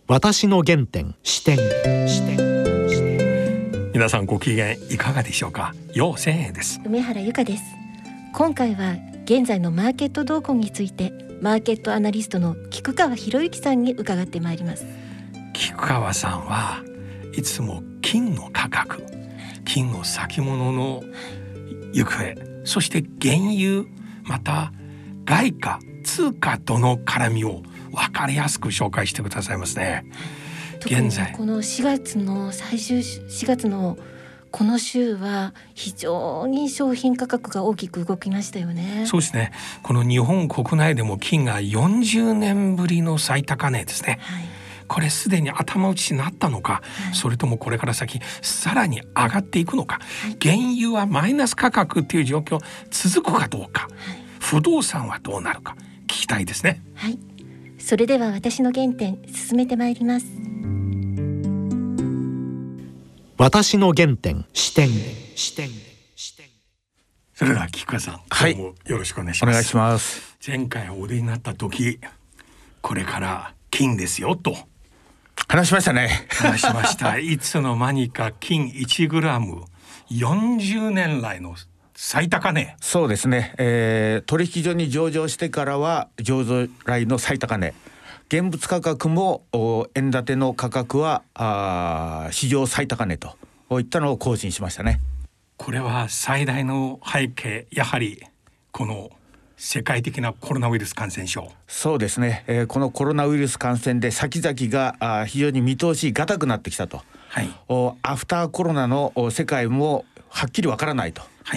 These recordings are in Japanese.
私の原点視点。 皆さんご機嫌いかがでしょうか。陽千円です。 梅原由香です。今回は現在のマーケット動向についてマーケットアナリストの菊川博之さんに伺ってまいります。 菊川さんはいつも金の価格、金の先物の行方、そして原油また外貨通貨との絡みを分かりやすく紹介してくださいますね。 現在この4月の最終4月のこの週は非常に商品価格が大きく動きましたよね。 そうですね。この日本国内でも金が40年ぶりの最高値ですね、はい、これすでに頭打ちになったのか、はい、それともこれから先さらに上がっていくのか、はい、原油はマイナス価格っていう状況続くかどうか、はい、不動産はどうなるか聞きたいですね。 はい、それでは私の原点進めてまいります。 私の原点視点。 それでは菊川さん、 はい、 どうもよろしくお願いします。 お願いします。 前回お出になった時、これから金ですよと話しましたね。 話しましたいつの間にか金1グラム40年来の最高値。 そうですね、取引所に上場してからは上場来の最高値、現物価格も円建ての価格は史上最高値といったのを更新しましたね。 これは最大の背景、やはりこの世界的なコロナウイルス感染症。 そうですね、このコロナウイルス感染で先々が非常に見通しがたくなってきたと、はい、アフターコロナの世界もはっきりわからないと、はい、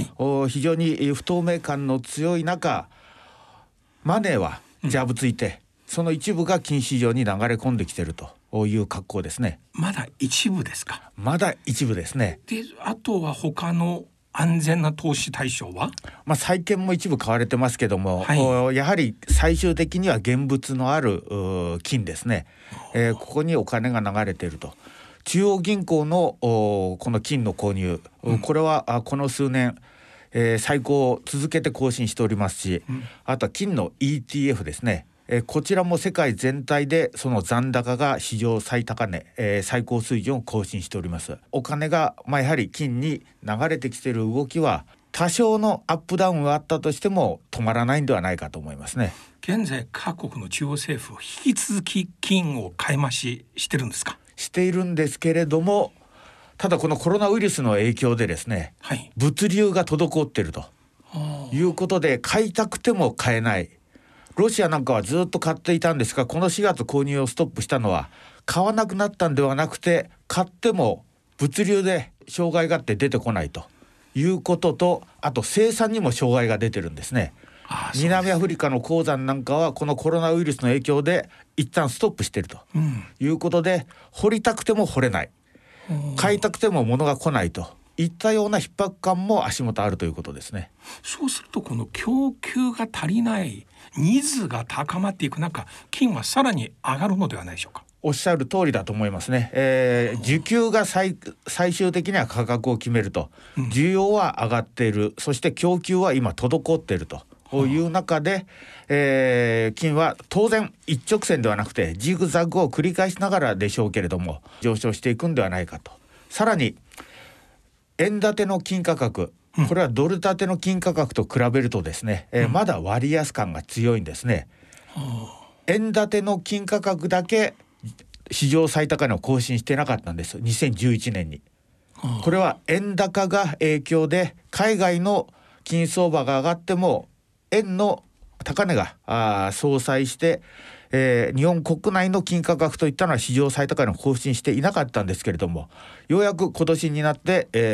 非常に不透明感の強い中、マネーはジャブついて、その一部が金市場に流れ込んできているという格好ですね。 まだ一部ですか。 まだ一部ですね。 で、あとは他の安全な投資対象は、 債券も一部買われてますけども、はい、やはり最終的には現物のある金ですね、ここにお金が流れていると。中央銀行のこの金の購入、これはこの数年最高を続けて更新しておりますし、あとは金の ETF ですね、こちらも世界全体でその残高が史上最高値、最高水準を更新しております。お金がやはり金に流れてきている動きは多少のアップダウンはあったとしても止まらないんではないかと思いますね。 現在各国の中央政府は引き続き金を買い増ししてるんですか。 しているんですけれども、ただこのコロナウイルスの影響でですね、はい、物流が滞っているということで買いたくても買えない。ロシアなんかはずっと買っていたんですが、この4月購入をストップしたのは買わなくなったんではなくて、買っても物流で障害があって出てこないということと、あと生産にも障害が出てるんですね。南アフリカの鉱山なんかはこのコロナウイルスの影響で一旦ストップしているということで、掘りたくても掘れない、買いたくても物が来ないといったような逼迫感も足元あるということですね。 そうするとこの供給が足りない、ニーズが高まっていく中、金はさらに上がるのではないでしょうか。 おっしゃる通りだと思いますね。需給が最終的には価格を決めると、需要は上がっている、そして供給は今滞っているという中で、金は当然一直線ではなくてジグザグを繰り返しながらでしょうけれども上昇していくんではないかと。さらに円建ての金価格、これはドル建ての金価格と比べるとですね、まだ割安感が強いんですね。円建ての金価格だけ史上最高値を更新してなかったんです、2011年に。これは円高が影響で海外の金相場が上がっても円の高値が相殺して、日本国内の金価格といったのは史上最高値を更新していなかったんですけれども、ようやく今年になって、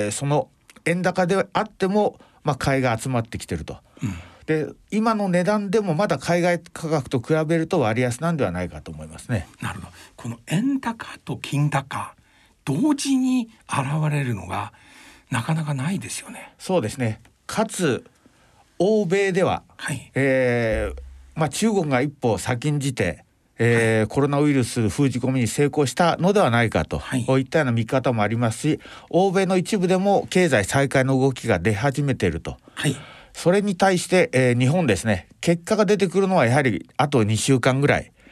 その円高であっても、買いが集まってきてると、で今の値段でもまだ海外価格と比べると割安なんではないかと思いますね。 なるほど。この円高と金高同時に現れるのがなかなかないですよね。 そうですね。かつ欧米では、はい、中国が一歩先んじて、コロナウイルス封じ込みに成功したのではないかと、いったような見方もありますし、欧米の一部でも経済再開の動きが出始めていると、それに対して、日本ですね、結果が出てくるのはやはりあと2週間ぐらい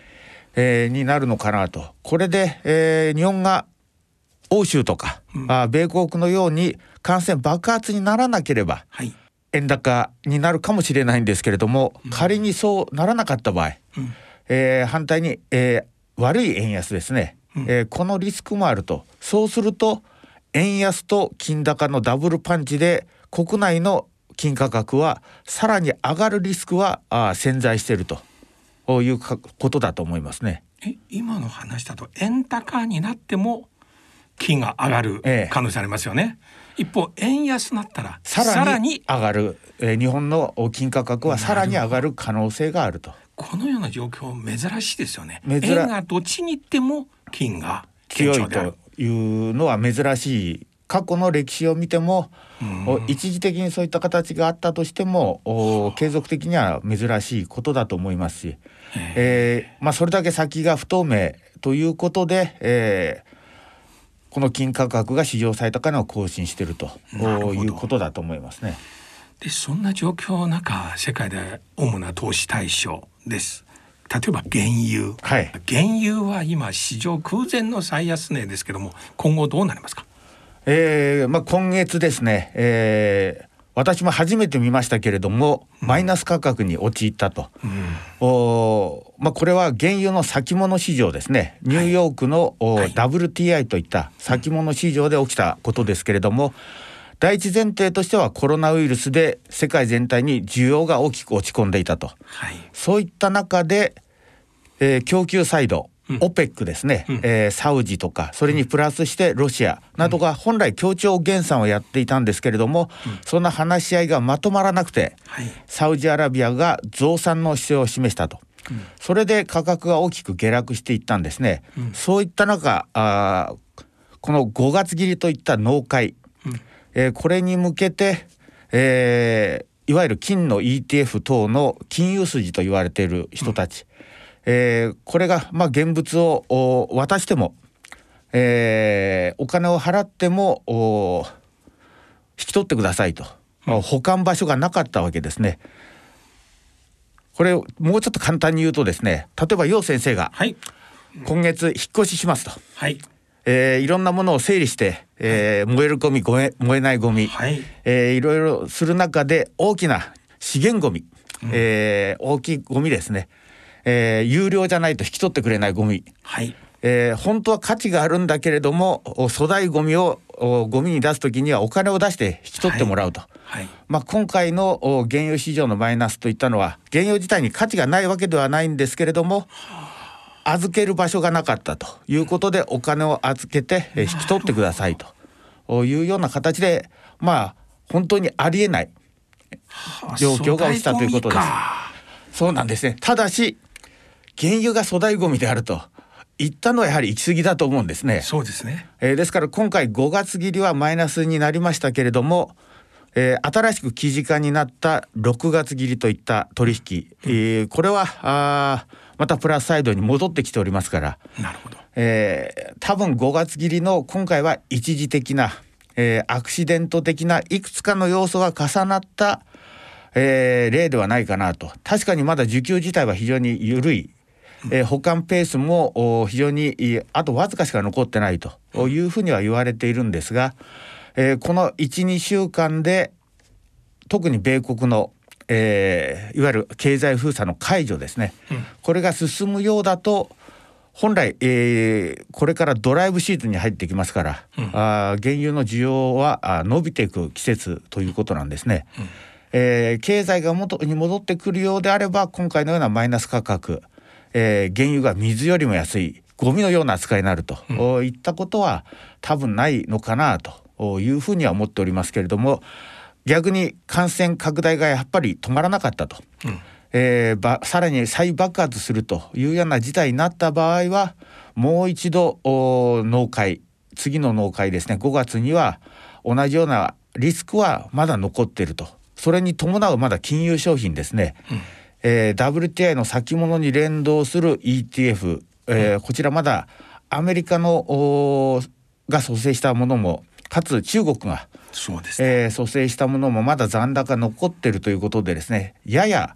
になるのかなと。これで、日本が欧州とか、米国のように感染爆発にならなければ、 はい、 円高になるかもしれないんですけれども、仮にそうならなかった場合、反対に、悪い円安ですね、このリスクもあると。そうすると円安と金高のダブルパンチで国内の金価格はさらに上がるリスクは潜在しているということだと思いますね。 今の話だと円高になっても金が上がる可能性ありますよね。一方円安になったらさらに上がる、日本の金価格はさらに上がる可能性があると。 このような状況珍しいですよね。円がどっちに行っても金が強いというのは珍しい。過去の歴史を見ても、一時的にそういった形があったとしても継続的には珍しいことだと思いますし、それだけ先が不透明ということで、この金価格が史上最高値を更新しているということだと思いますね。 でそんな状況の中、世界で主な投資対象です。例えば原油、原油は今史上空前の最安値ですけども、今後どうなりますか？ 今月ですね、私も初めて見ましたけれども、マイナス価格に陥ったと、これは原油の先物市場ですね。ニューヨークの、WTI といった先物市場で起きたことですけれども、第一前提としてはコロナウイルスで世界全体に需要が大きく落ち込んでいたと、そういった中で、供給サイドOPEC ですね、サウジとか、それにプラスしてロシアなどが本来協調減産をやっていたんですけれども、そんな話し合いがまとまらなくて、サウジアラビアが増産の姿勢を示したと、それで価格が大きく下落していったんですね。そういった中、この5月切りといった納会、これに向けて、いわゆる金の ETF 等の金融筋と言われている人たち、これが現物を渡しても、お金を払っても引き取ってくださいと、保管場所がなかったわけですね。これをもうちょっと簡単に言うとですね、例えば楊先生が今月引っ越ししますと、いろんなものを整理して、燃えるゴミ、燃えないゴミ、いろいろする中で大きな資源ゴミ、大きいゴミですね、有料じゃないと引き取ってくれないゴミ、本当は価値があるんだけれども、粗大ゴミをゴミに出すときにはお金を出して引き取ってもらうと、今回の原油市場のマイナスといったのは、原油自体に価値がないわけではないんですけれども、預ける場所がなかったということで、お金を預けて引き取ってくださいというような形で、本当にありえない状況が起きたということです。そうなんですね。ただし原油が粗大ゴミであると言ったのはやはり行き過ぎだと思うんですね。 そうですね。 ですから今回5月切りはマイナスになりましたけれども、新しく記事化になった6月切りといった取引、これはまたプラスサイドに戻ってきておりますから、 なるほど。 多分5月切りの今回は一時的な、アクシデント的ないくつかの要素が重なった例ではないかなと。確かにまだ需給自体は非常に緩い、保管ペースも非常にあとわずかしか残ってないというふうには言われているんですが、この 1,2 週間で特に米国の、いわゆる経済封鎖の解除ですね、これが進むようだと本来、これからドライブシーズンに入ってきますから、原油の需要は伸びていく季節ということなんですね。経済が元に戻ってくるようであれば、今回のようなマイナス価格、原油が水よりも安いゴミのような扱いになると、いったことは多分ないのかなというふうには思っておりますけれども、逆に感染拡大がやっぱり止まらなかったと、さらに再爆発するというような事態になった場合は、もう一度納会、次の納会ですね、5月には同じようなリスクはまだ残っていると。それに伴うまだ金融商品ですね、WTI の先物に連動する ETF、こちらまだアメリカのが蘇生したものも、かつ中国が蘇生したものもまだ残高残っているということでですね、やや、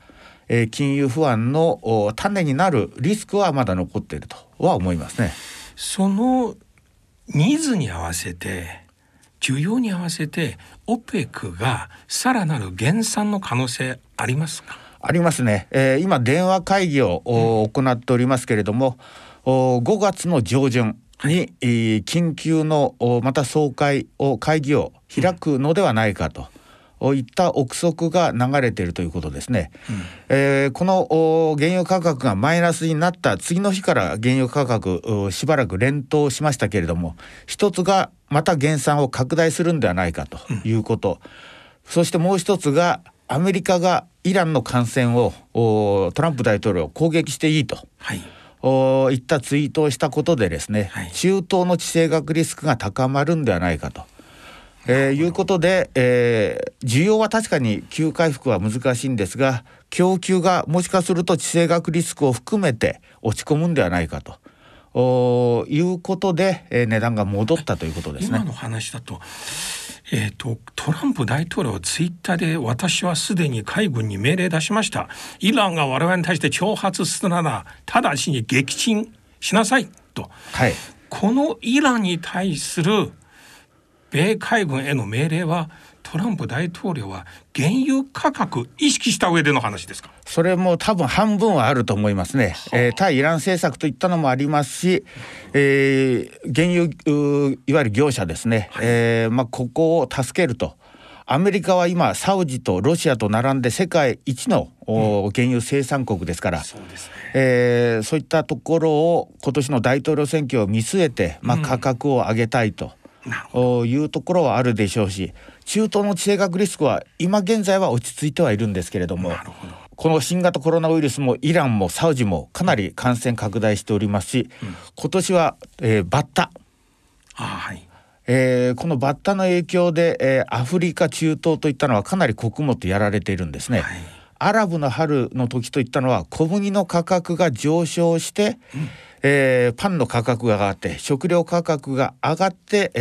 金融不安の種になるリスクはまだ残っているとは思いますね。 そのニーズに合わせて需要に合わせて OPEC がさらなる減産の可能性ありますか？ ありますね。今電話会議を行っておりますけれども、5月の上旬に、緊急のまた会議を開くのではないかといった憶測が流れているということですね。この原油価格がマイナスになった次の日から原油価格しばらく連投しましたけれども、一つがまた減産を拡大するんではないかということ、そしてもう一つがアメリカがイランの艦船をトランプ大統領を攻撃していいと、いったツイートをしたことでですね、中東の地政学リスクが高まるんではないかということで、需要は確かに急回復は難しいんですが、供給がもしかすると地政学リスクを含めて落ち込むんではないかということで、値段が戻ったということですね。 今の話だと、トランプ大統領ツイッターで私はすでに海軍に命令出しました。イランが我々に対して挑発するなら直ちに撃沈しなさいと、このイランに対する米海軍への命令はトランプ大統領は原油価格意識した上での話ですか？ それも多分半分はあると思いますね。対イラン政策といったのもありますし、原油いわゆる業者ですね、ここを助けると。アメリカは今サウジとロシアと並んで世界一の原油生産国ですから、そういったところを今年の大統領選挙を見据えて、価格を上げたいというところはあるでしょうし、中東の地政学リスクは今現在は落ち着いてはいるんですけれども、この新型コロナウイルスもイランもサウジもかなり感染拡大しておりますし、今年は、バッタ、このバッタの影響で、アフリカ中東といったのはかなり穀物やられているんですね。アラブの春の時といったのは小麦の価格が上昇して、パンの価格が上がって食料価格が上がって、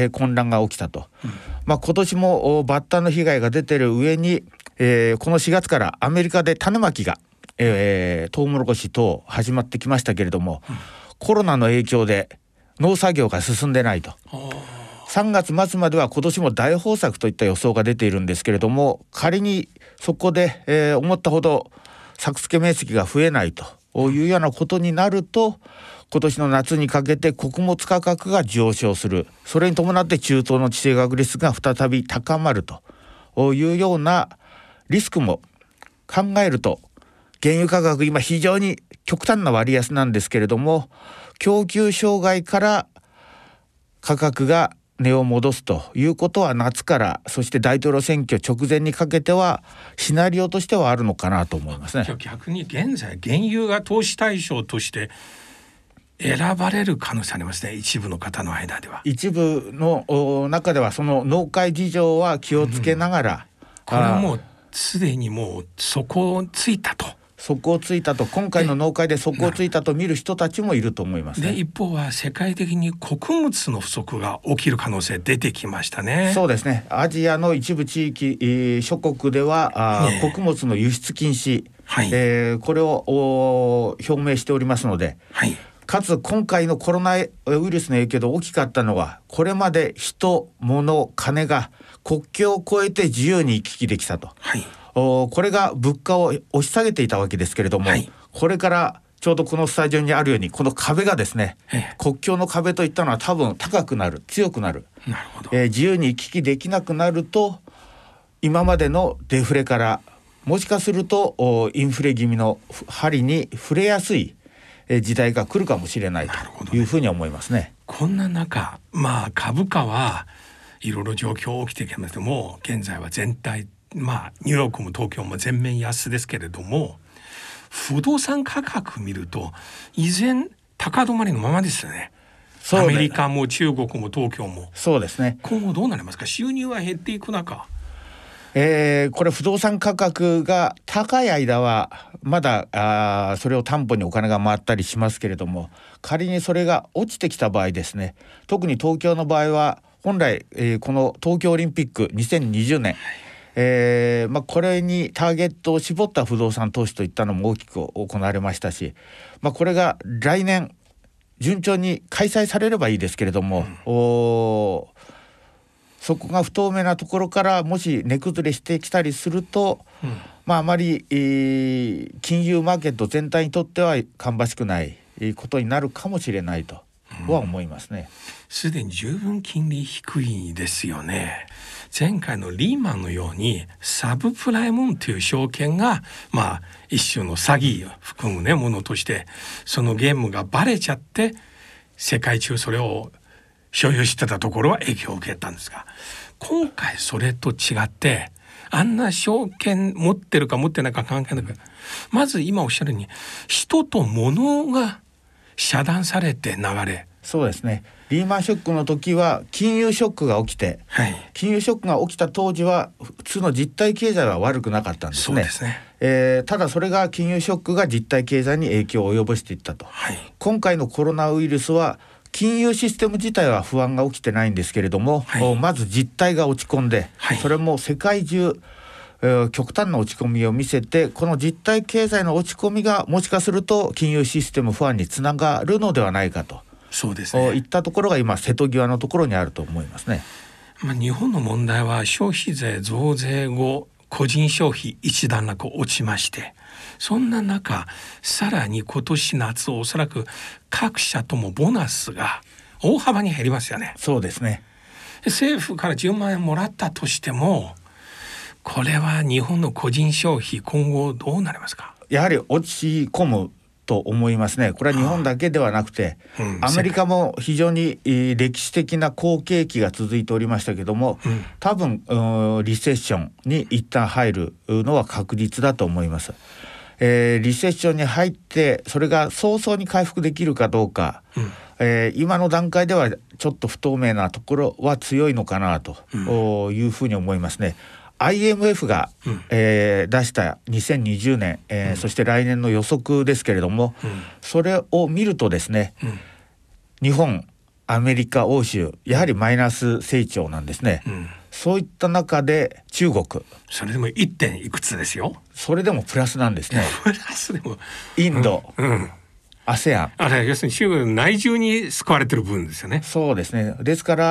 混乱が起きたと、今年もバッタの被害が出ている上に、この4月からアメリカで種まきが、トウモロコシ等始まってきましたけれども、コロナの影響で農作業が進んでないと。3月末までは今年も大豊作といった予想が出ているんですけれども、仮にそこで、思ったほど作付け面積が増えないというようなことになると、今年の夏にかけて穀物価格が上昇する、それに伴って中東の地政学リスクが再び高まるというようなリスクも考えると、原油価格今非常に極端な割安なんですけれども、供給障害から価格が値を戻すということは夏からそして大統領選挙直前にかけてはシナリオとしてはあるのかなと思いますね。 逆に現在原油が投資対象として選ばれる可能性ありますね。一部の方の間では、 一部の中ではその農会事情は気をつけながら、 これはもうすでにもう底をついたと今回の農会で底をついたと見る人たちもいると思いますね。 で一方は世界的に穀物の不足が起きる可能性出てきましたね。 そうですね。アジアの一部地域、諸国では穀物の輸出禁止、これを表明しておりますので、かつ今回のコロナウイルスの影響で大きかったのは、これまで人、物、金が国境を越えて自由に行き来できたと、これが物価を押し下げていたわけですけれども、これからちょうどこのスタジオにあるようにこの壁がですね、国境の壁といったのは多分高くなる、強くなる、自由に行き来できなくなると、今までのデフレからもしかするとインフレ気味の針に触れやすい時代が来るかもしれないというふうに思いますね。 こんな中、株価はいろいろ状況起きてきますけども、現在は全体ニューヨークも東京も全面安ですけれども、不動産価格見ると依然高止まりのままですよね。アメリカも中国も東京も。 そうですね。 今後どうなりますか？収入は減っていく中、 これ不動産価格が高い間はまだそれを担保にお金が回ったりしますけれども、仮にそれが落ちてきた場合ですね、特に東京の場合は本来、この東京オリンピック2020年、 これにターゲットを絞った不動産投資といったのも大きく行われましたし、これが来年順調に開催されればいいですけれども、そこが不透明なところからもし値崩れしてきたりすると、あまり、金融マーケット全体にとっては芳しくないことになるかもしれないとは思いますね。 すでに十分金利低いですよね。前回のリーマンのようにサブプライムという証券が一種の詐欺を含むものとしてそのゲームがバレちゃって世界中それを所有してたところは影響を受けたんですが、今回それと違ってあんな証券持ってるか持ってないか関係なく、まず今おっしゃるように人と物が遮断されて流れ。 そうですね。リーマンショックの時は金融ショックが起きて、金融ショックが起きた当時は普通の実体経済は悪くなかったんですね。 そうですね。 ただそれが金融ショックが実体経済に影響を及ぼしていったと、今回のコロナウイルスは金融システム自体は不安が起きてないんですけれども、まず実体が落ち込んで、それも世界中極端な落ち込みを見せて、この実体経済の落ち込みがもしかすると金融システム不安につながるのではないかと、 そうですね、 いったところが今瀬戸際のところにあると思いますね。 日本の問題は消費税増税後個人消費一段落落ちまして、そんな中さらに今年夏おそらく各社ともボーナスが大幅に減りますよね。 そうですね。 政府から10万円もらったとしてもこれは日本の個人消費今後どうなりますか。 やはり落ち込むと思いますね。これは日本だけではなくて、アメリカも非常に歴史的な好景気が続いておりましたけども、多分リセッションに一旦入るのは確実だと思います。リセッションに入ってそれが早々に回復できるかどうか、今の段階ではちょっと不透明なところは強いのかなというふうに思いますね。IMF が、出した2020年、そして来年の予測ですけれども、それを見るとですね、日本、アメリカ、欧州やはりマイナス成長なんですね。そういった中で中国、 それでも 1. 点いくつですよ。 それでもプラスなんですね。 プラスでもインド、ASEAN、 あれ要するに中国の内需に救われてる分ですよね。 そうですね。ですから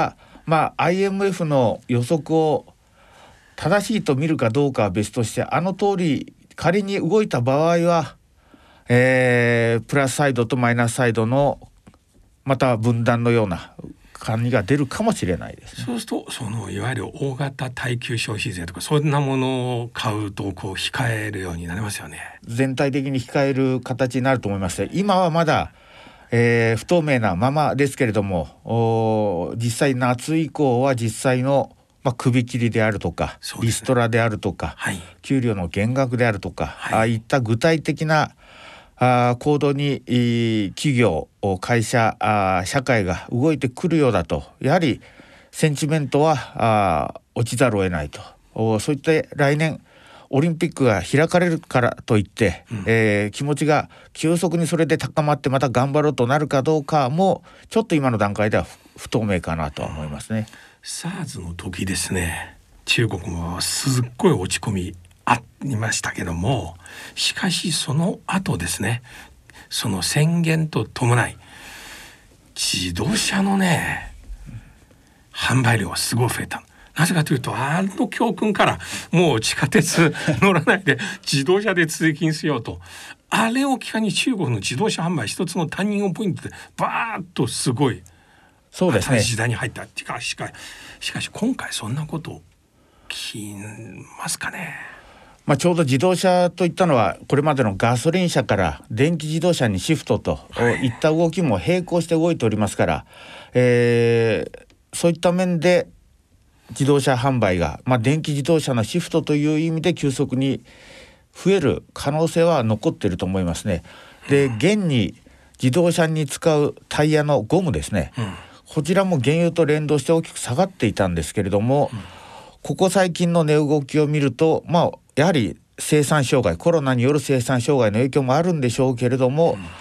、IMF の予測を正しいと見るかどうかは別として、あの通り仮に動いた場合は、プラスサイドとマイナスサイドのまた分断のような感じが出るかもしれないですね。 そうするとそのいわゆる大型耐久消費税とかそんなものを買うと控えるようになりますよね。 全体的に控える形になると思います。今はまだ、不透明なままですけれども、実際夏以降は実際の首切りであるとか、リストラであるとか、給料の減額であるとか、ああいった具体的な行動に企業、会社、社会が動いてくるようだと、やはりセンチメントは落ちざるを得ないと。そういった来年オリンピックが開かれるからといって、気持ちが急速にそれで高まってまた頑張ろうとなるかどうかもちょっと今の段階では不透明かなとは思いますね。 SARS の時ですね、中国もすっごい落ち込みありましたけども、しかしその後ですね、その宣言と伴い自動車の販売量はすごい増えた。なぜかというとあの教訓からもう地下鉄乗らないで自動車で通勤しようと、あれを機会に中国の自動車販売一つのターニングポイントでバーッとすごいそうですね、 時代に入ったっていうか、しかし今回そんなこと聞きますかね。 ちょうど自動車といったのはこれまでのガソリン車から電気自動車にシフトといった動きも並行して動いておりますから、そういった面で自動車販売が、電気自動車のシフトという意味で急速に増える可能性は残っていると思いますね。で、現に自動車に使うタイヤのゴムですね、こちらも原油と連動して大きく下がっていたんですけれども、ここ最近の値動きを見ると、やはり生産障害、コロナによる生産障害の影響もあるんでしょうけれども、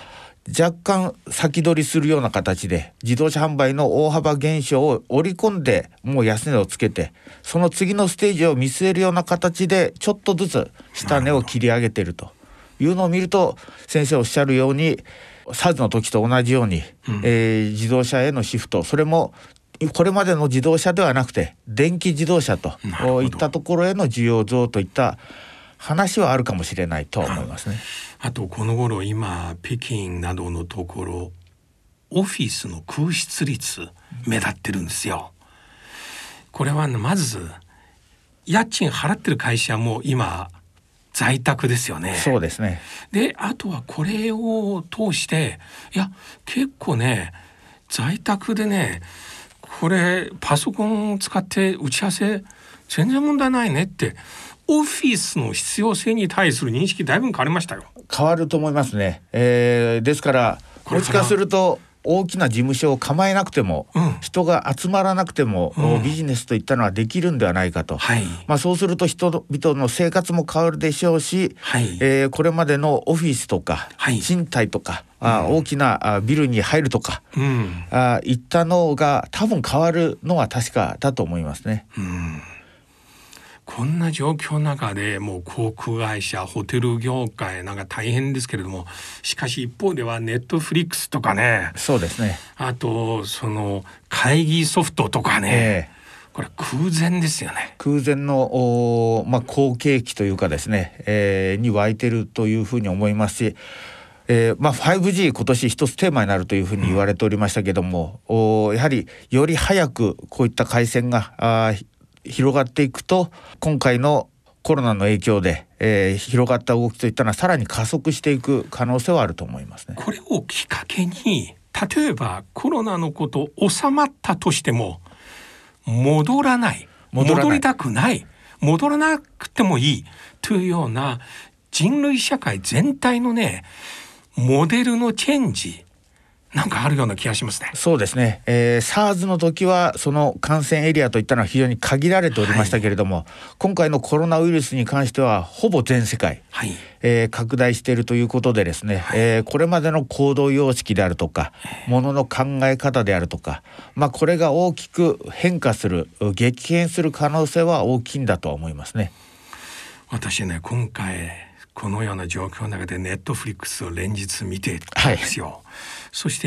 若干先取りするような形で自動車販売の大幅減少を織り込んでもう安値をつけて、その次のステージを見据えるような形でちょっとずつ下値を切り上げているというのを見ると、先生おっしゃるようにSARSの時と同じように、自動車へのシフト、それもこれまでの自動車ではなくて電気自動車といったところへの需要増といった話はあるかもしれないと思いますね。 あとこの頃今北京などのところオフィスの空室率目立ってるんですよ。これはまず家賃払ってる会社も今在宅ですよね。 そうですね。 であとはこれを通して結構ね在宅でねこれパソコンを使って打ち合わせ全然問題ないねってオフィスの必要性に対する認識だいぶ変わりましたよ。 変わると思いますね。ですからもしかすると大きな事務所を構えなくても、人が集まらなくても、ビジネスといったのはできるんではないかと、そうすると人々の生活も変わるでしょうし、これまでのオフィスとか、賃貸とか、大きなビルに入るとか、いったのが多分変わるのは確かだと思いますね。 こんな状況の中でもう航空会社ホテル業界なんか大変ですけれども、しかし一方ではネットフリックスとかね、 そうですね、 あとその会議ソフトとかね、これ空前ですよね。 空前の好景気というかですね、に湧いてるというふうに思いますし、5G 今年一つテーマになるというふうに言われておりましたけども、やはりより早くこういった回線が広がっていくと、今回のコロナの影響で、広がった動きといったのはさらに加速していく可能性はあると思いますね。 これをきっかけに例えばコロナのこと収まったとしても戻りたくない、戻らなくてもいいというような人類社会全体のねモデルのチェンジなんかあるような気がしますね。 そうですね、SARS の時はその感染エリアといったのは非常に限られておりましたけれども、今回のコロナウイルスに関してはほぼ全世界、拡大しているということでですね、これまでの行動様式であるとか、ものの考え方であるとか、これが大きく変化する、激変する可能性は大きいんだと思いますね。 私ね今回このような状況の中でネットフリックスを連日見てたんですよ。そして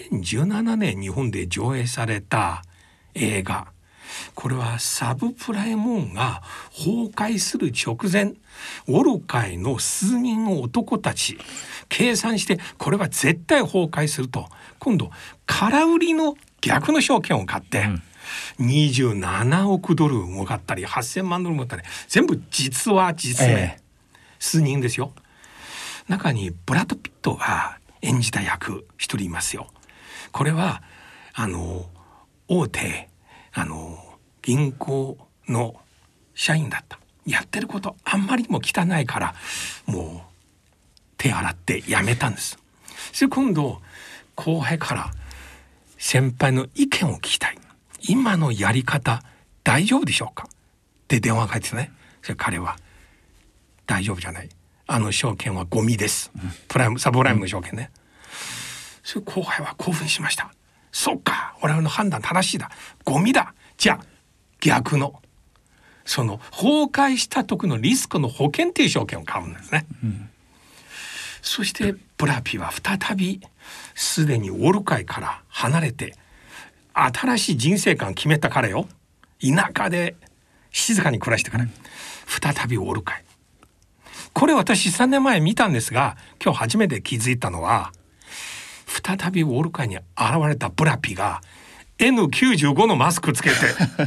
2017年日本で上映された映画、これはサブプライム網が崩壊する直前、ウォル界の数人の男たち計算してこれは絶対崩壊すると、今度空売りの逆の証券を買って、27億ドル儲かったり8000万ドル儲かったり、全部実話実名、数人ですよ。中にブラッド・ピットが演じた役一人いますよ。これは大手銀行の社員だった。やってることあんまりにも汚いからもう手洗って辞めたんです。それ今度後輩から先輩の意見を聞きたい、今のやり方大丈夫でしょうかって電話が入ってね、それ彼は大丈夫じゃない、証券はゴミです、サブプライムの証券ね、それ後輩は興奮しました。そっか、我々の判断正しいだ、ゴミだ、じゃあ逆のその崩壊した時のリスクの保険っていう証券を買うんですね、そしてブラピは再びすでにウォル界から離れて新しい人生観決めた彼よ、田舎で静かに暮らしてから、再びウォル界、これ私3年前見たんですが、今日初めて気づいたのは、再びウォル界に現れたブラピが N95 のマスクつけて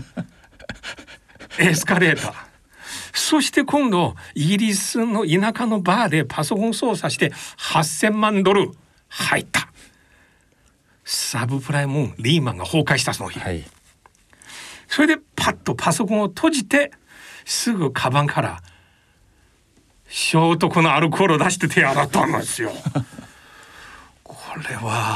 エスカレーター、そして今度イギリスの田舎のバーでパソコン操作して8000万ドル入った。サブプライムリーマンが崩壊したその日、それでパッとパソコンを閉じてすぐカバンから消毒のアルコールを出して手洗ったんですよこれは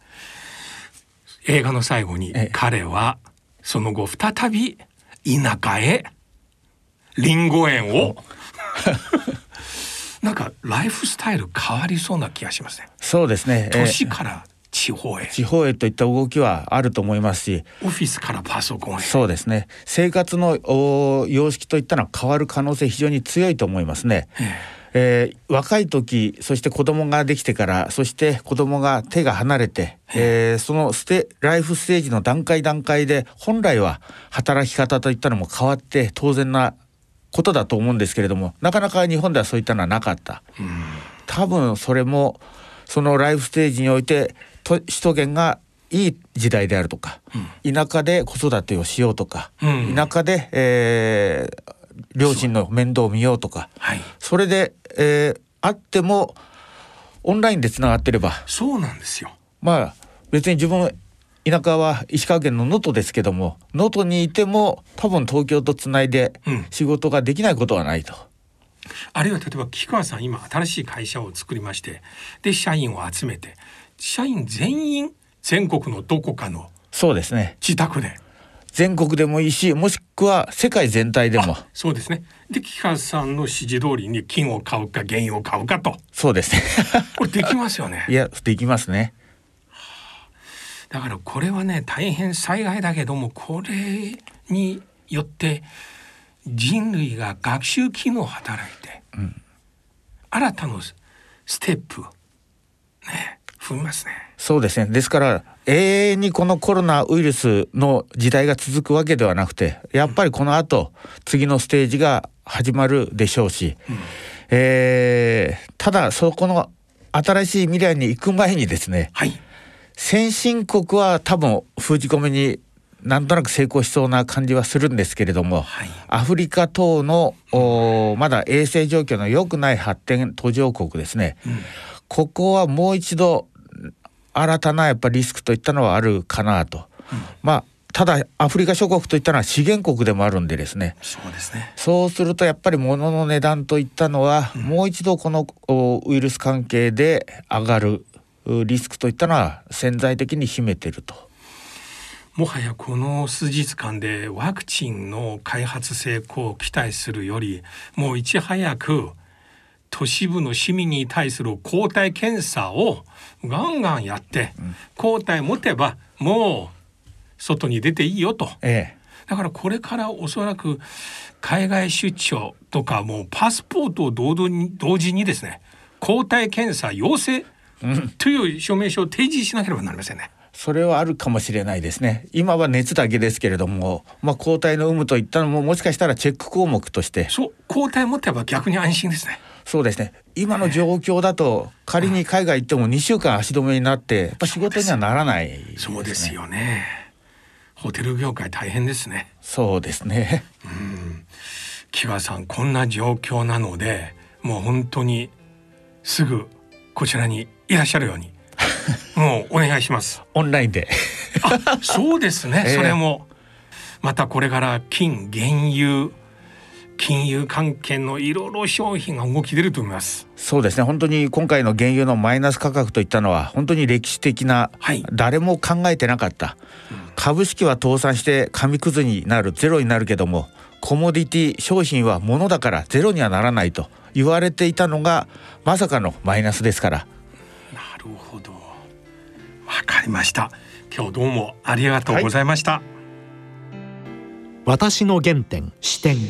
映画の最後に彼はその後再び田舎へリンゴ園をなんかライフスタイル変わりそうな気がしますね。 そうですね。 都市から地方へといった動きはあると思いますし、 オフィスからパソコンへ。 そうですね。生活の様式といったのは変わる可能性非常に強いと思いますね。若い時、そして子供ができてから、そして子供が手が離れて、そのライフステージの段階で本来は働き方といったのも変わって当然なことだと思うんですけれども、なかなか日本ではそういったのはなかった。多分それもそのライフステージにおいて首都圏がいい時代であるとか、田舎で子育てをしようとか、田舎で、両親の面倒を見ようとか、それで、あってもオンラインでつながってれば、 そうなんですよ。 別に自分田舎は石川県の能登ですけども、能登にいても多分東京とつないで仕事ができないことはないと。 あるいは例えば木川さん、今新しい会社を作りまして、で社員を集めて、社員全員全国のどこかのそうですね、 自宅で、 全国でもいいし、もしくは世界全体でも。 そうですね。で木川さんの指示通りに金を買うか原油を買うかと。 そうですねこれできますよね。 いや、できますね。 だからこれはね、大変災害だけども、これによって人類が学習機能を働いて、新たなステップね、踏みますね。 そうですね。ですから永遠にこのコロナウイルスの時代が続くわけではなくて、やっぱりこの後、次のステージが始まるでしょうし、ただそこの新しい未来に行く前にですね、先進国は多分封じ込めになんとなく成功しそうな感じはするんですけれども、アフリカ等のまだ衛生状況の良くない発展途上国ですね、ここはもう一度新たなやっぱりリスクといったのはあるかなと。ただアフリカ諸国といったのは資源国でもあるんでですね、 そうですね。 そうするとやっぱり物の値段といったのは、もう一度このウイルス関係で上がるリスクといったのは潜在的に秘めていると。 もはやこの数日間でワクチンの開発成功を期待するより、もういち早く都市部の市民に対する抗体検査をガンガンやって、抗体持てばもう外に出ていいよと、だからこれからおそらく海外出張とか、もうパスポートを同時にですね、抗体検査陽性という証明書を提示しなければなりませんね。 それはあるかもしれないですね。今は熱だけですけれども、抗体の有無といったのももしかしたらチェック項目として、 そう、抗体持てば逆に安心ですね。 そうですね。今の状況だと、仮に海外行っても2週間足止めになってやっぱ仕事にはならないですね。 そうですよね。ホテル業界大変ですね。 そうですね。 木川さん、こんな状況なので、もう本当にすぐこちらにいらっしゃるようにもうお願いします。 オンラインでそうですね、それもまたこれから金融関係のいろいろ商品が動き出ると思います。 そうですね。本当に今回の原油のマイナス価格といったのは本当に歴史的な、誰も考えてなかった、株式は倒産して紙くずになる、ゼロになるけども、コモディティ商品は物だからゼロにはならないと言われていたのがまさかのマイナスですから。 なるほど、わかりました。今日どうもありがとうございました。 私の原点視点。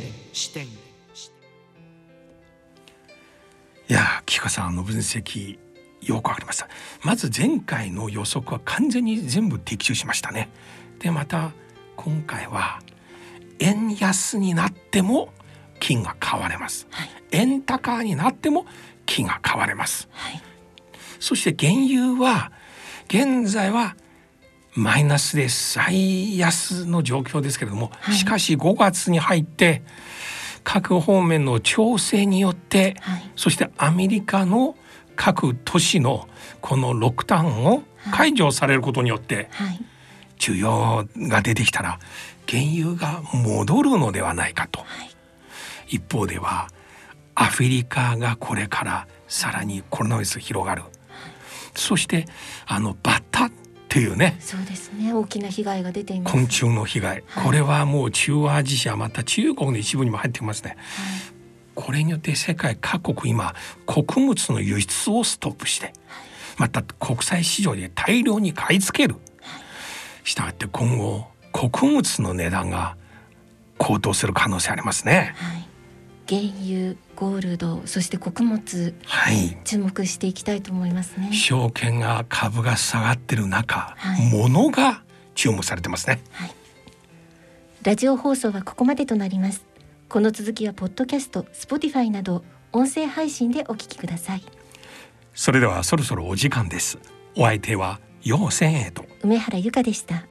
いや、木川さんの分析よくわかりました。まず前回の予測は完全に全部的中しましたね。でまた今回は円安になっても金が買われます、円高になっても金が買われます、そして原油は現在はマイナスで最安の状況ですけれども、しかし5月に入って各方面の調整によって、そしてアメリカの各都市のこのロックダウンを解除されることによって、需要が出てきたら原油が戻るのではないかと、一方ではアフリカがこれからさらにコロナウイルス広がる、そしてバッタっていうね、 そうですね、大きな被害が出ています。 昆虫の被害、これはもう中央アジア、また中国の一部にも入ってきますね、 これによって世界各国今穀物の輸出をストップして、また国際市場で大量に買い付ける。したがって今後穀物の値段が高騰する可能性ありますね。 原油、ゴールド、そして穀物、注目していきたいと思いますね。 証券が株が下がってる中、物が注目されてますね。 ラジオ放送はここまでとなります。この続きはポッドキャスト、Spotify など音声配信でお聞きください。 それではそろそろお時間です。お相手は陽千恵と梅原由香でした。